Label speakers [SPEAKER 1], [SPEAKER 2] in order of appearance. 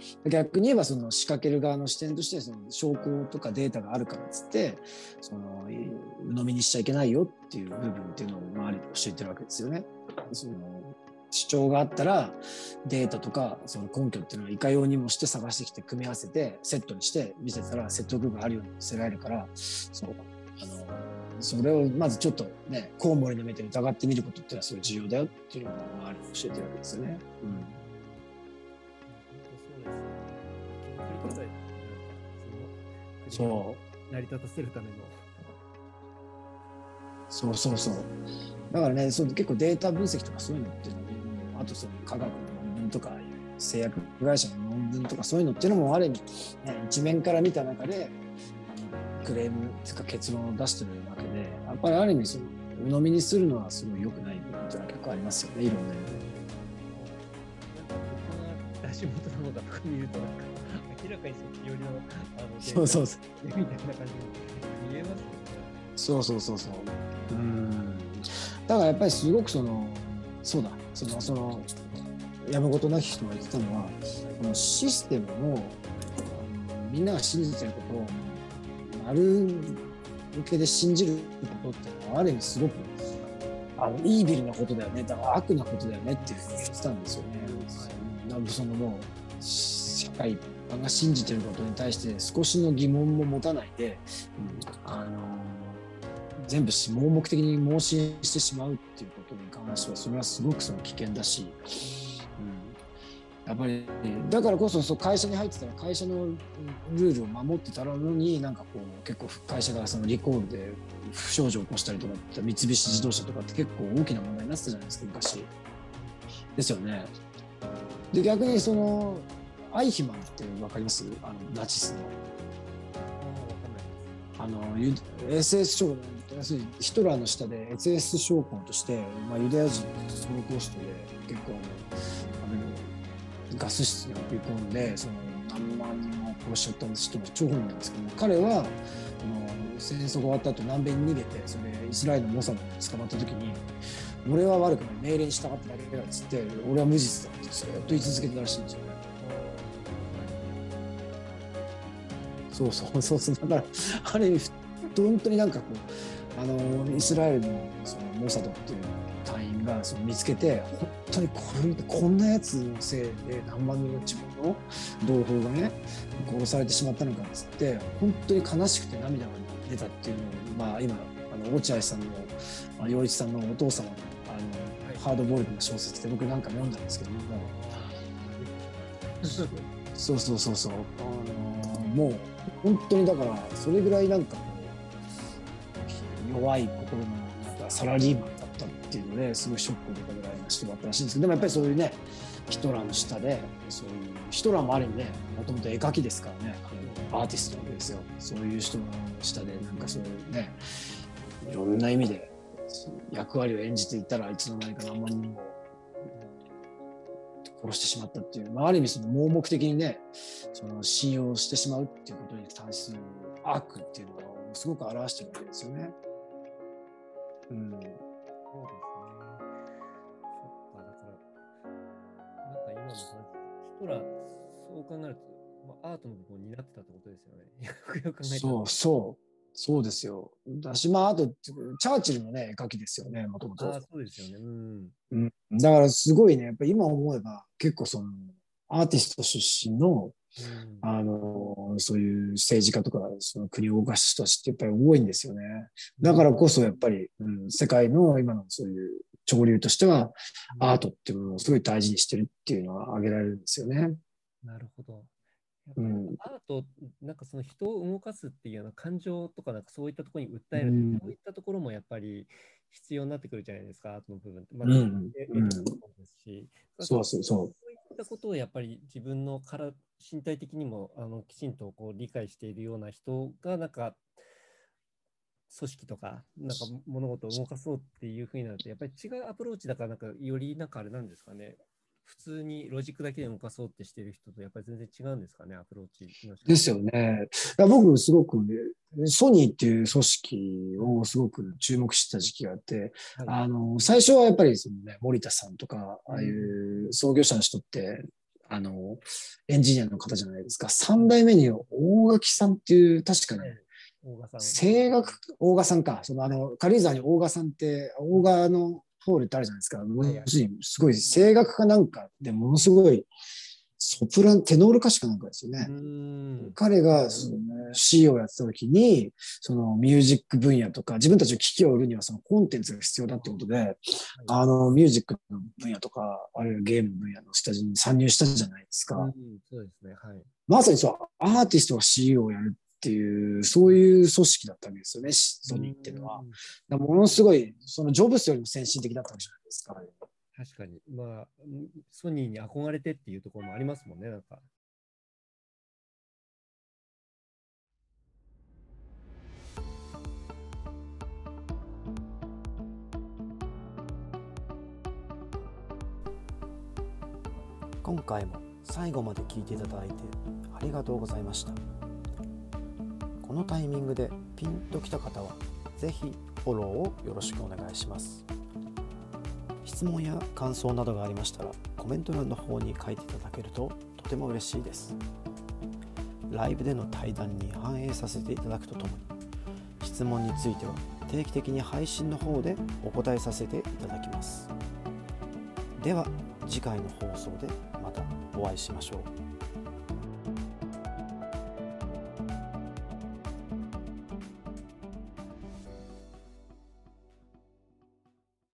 [SPEAKER 1] 逆に言えばその仕掛ける側の視点としてその証拠とかデータがあるからっつってその鵜呑みにしちゃいけないよっていう部分っていうのを周りに教えてるわけですよね。その主張があったらデータとかその根拠っていうのはいかようにもして探してきて組み合わせてセットにして見せたら説得力があるように見せられるからそれをまずちょっとねコウモリの目で疑ってみることっていうのはすごい重要だよっていうのを周りに教えてるわけですよね。
[SPEAKER 2] そう成り立たせるための
[SPEAKER 1] そうだからね結構データ分析とかそういうのっていうのもあとその科学の論文とか製薬会社の論文とかそういうのっていうのもある意味、ね、一面から見た中でクレームとか結論を出してるわけでやっぱりある意味その鵜呑みにするのはすごい良くない部分っていうのは結構ありますよねいろんな意味で。
[SPEAKER 2] 出し元なのかとか見るとなんか明らかにそっち寄りの
[SPEAKER 1] そう
[SPEAKER 2] みたいな感じに見えますよね。
[SPEAKER 1] そうだからやっぱりすごくその山本なき人が言ってたのはこのシステムをみんなが信じてることを丸向けで信じることっていうのはある意味すごくイービルなことだよねだから悪なことだよねっていうふうに言ってたんですよね。そのもう社会が信じてることに対して少しの疑問も持たないで、全部盲目的に盲信してしまうっていうことに関してはそれはすごく危険だし、やっぱりだからこそ会社に入ってたら会社のルールを守ってたのになんかこう結構会社がそのリコールで不祥事を起こしたりとか三菱自動車とかって結構大きな問題になってたじゃないですか昔ですよね。で逆にそのアイヒマンって分かります？ナチスのSS 将軍要するにヒトラーの下で SS 将校として、ユダヤ人のホロコーストで結構ガス室に送り込んでその何万人も殺しちゃった人の張本人なんですけども彼は戦争が終わった後南米に逃げてそれイスラエルのモサドに捕まった時に俺は悪くない命令に従っただけだっつって俺は無実だってずっと言い続けてたらしいんですよね。そうだからある意味本当になんかこうイスラエルのそのモサドっていう隊員が見つけて本当にこんなやつのせいで何万人の自分の同胞がね殺されてしまったのかっつって本当に悲しくて涙が出たっていうのを、今落合さんの陽一さんのお父様のハードボイルドな小説で僕なんか読んだんですけどもそうもう本当にだからそれぐらいなんかこう弱い心のなんかサラリーマンだったっていうのですごいショックを受けたぐらいの人だったらしいんですけどでもやっぱりそういうねヒトラーの下でそういうヒトラーもある意味ねもともと絵描きですからねアーティストなわけですよ。そういう人の下でなんかそういうねいろんな意味で役割を演じていたらいつの間にか何万人も殺してしまったっていう、ある意味その盲目的にねその信用してしまうっていうことに対する悪っていうのをすごく表してるわけですよね。
[SPEAKER 2] そうですね。そっかだからなんか今の話ヒトラーそう考えると、アートの部分を担ってたってことですよね。よく考えたら。
[SPEAKER 1] そうですよ。だしあとチャーチルのね絵描きですよねもともと。
[SPEAKER 2] そうですよね。
[SPEAKER 1] だからすごいねやっぱり今思えば結構そのアーティスト出身のそういう政治家とかその国を動かす人たちってやっぱり多いんですよね。だからこそやっぱり、世界の今のそういう潮流としてはアートっていうものをすごい大事にしてるっていうのは挙げられるんですよね。
[SPEAKER 2] なるほど。やっぱりアート、なんかその人を動かすっていうような感情とか、なんかそういったところに訴える、そういったところもやっぱり必要になってくるじゃないですか、アートの部分って。絵とかもそうですし、そういったことをやっぱり自分の身体的にもきちんとこう理解しているような人が、なんか組織とか、なんか物事を動かそうっていうふうになると、やっぱり違うアプローチだから、なんかよりなんかあれなんですかね。普通にロジックだけで動かそうってしてる人とやっぱり全然違うんですかね、アプローチの仕方。
[SPEAKER 1] ですよね。僕すごく、ソニーっていう組織をすごく注目してた時期があって、最初はやっぱりその、森田さんとかああいう創業者の人ってエンジニアの方じゃないですか。3代目に大垣さんっていう、確かね、
[SPEAKER 2] 大賀さん。
[SPEAKER 1] 大賀さんか。軽井沢に大賀さんって、大賀のホールってあるじゃないですか。要するに、すごい声楽かなんかでものすごい、テノール歌手かなんかですよね。彼がCEO をやってた時に、そのミュージック分野とか、自分たちの機器を売るにはそのコンテンツが必要だってことで、ミュージックの分野とか、あるいはゲームの分野の下地に参入したじゃないですか。
[SPEAKER 2] そうですね。はい。
[SPEAKER 1] まさにそう、アーティストが CEO をやるっていう、そういう組織だったわけですよね、ソニーっていうのは。ものすごい、そのジョブスよりも先進的だったわけじゃないですか。
[SPEAKER 2] 確かに。まあ、ソニーに憧れてっていうところもありますもんね、なんか。
[SPEAKER 3] 今回も最後まで聞いていただいてありがとうございました。このタイミングでピンときた方はぜひフォローをよろしくお願いします。質問や感想などがありましたらコメント欄の方に書いていただけるととても嬉しいです。ライブでの対談に反映させていただくとともに、質問については定期的に配信の方でお答えさせていただきます。では次回の放送でまたお会いしましょう。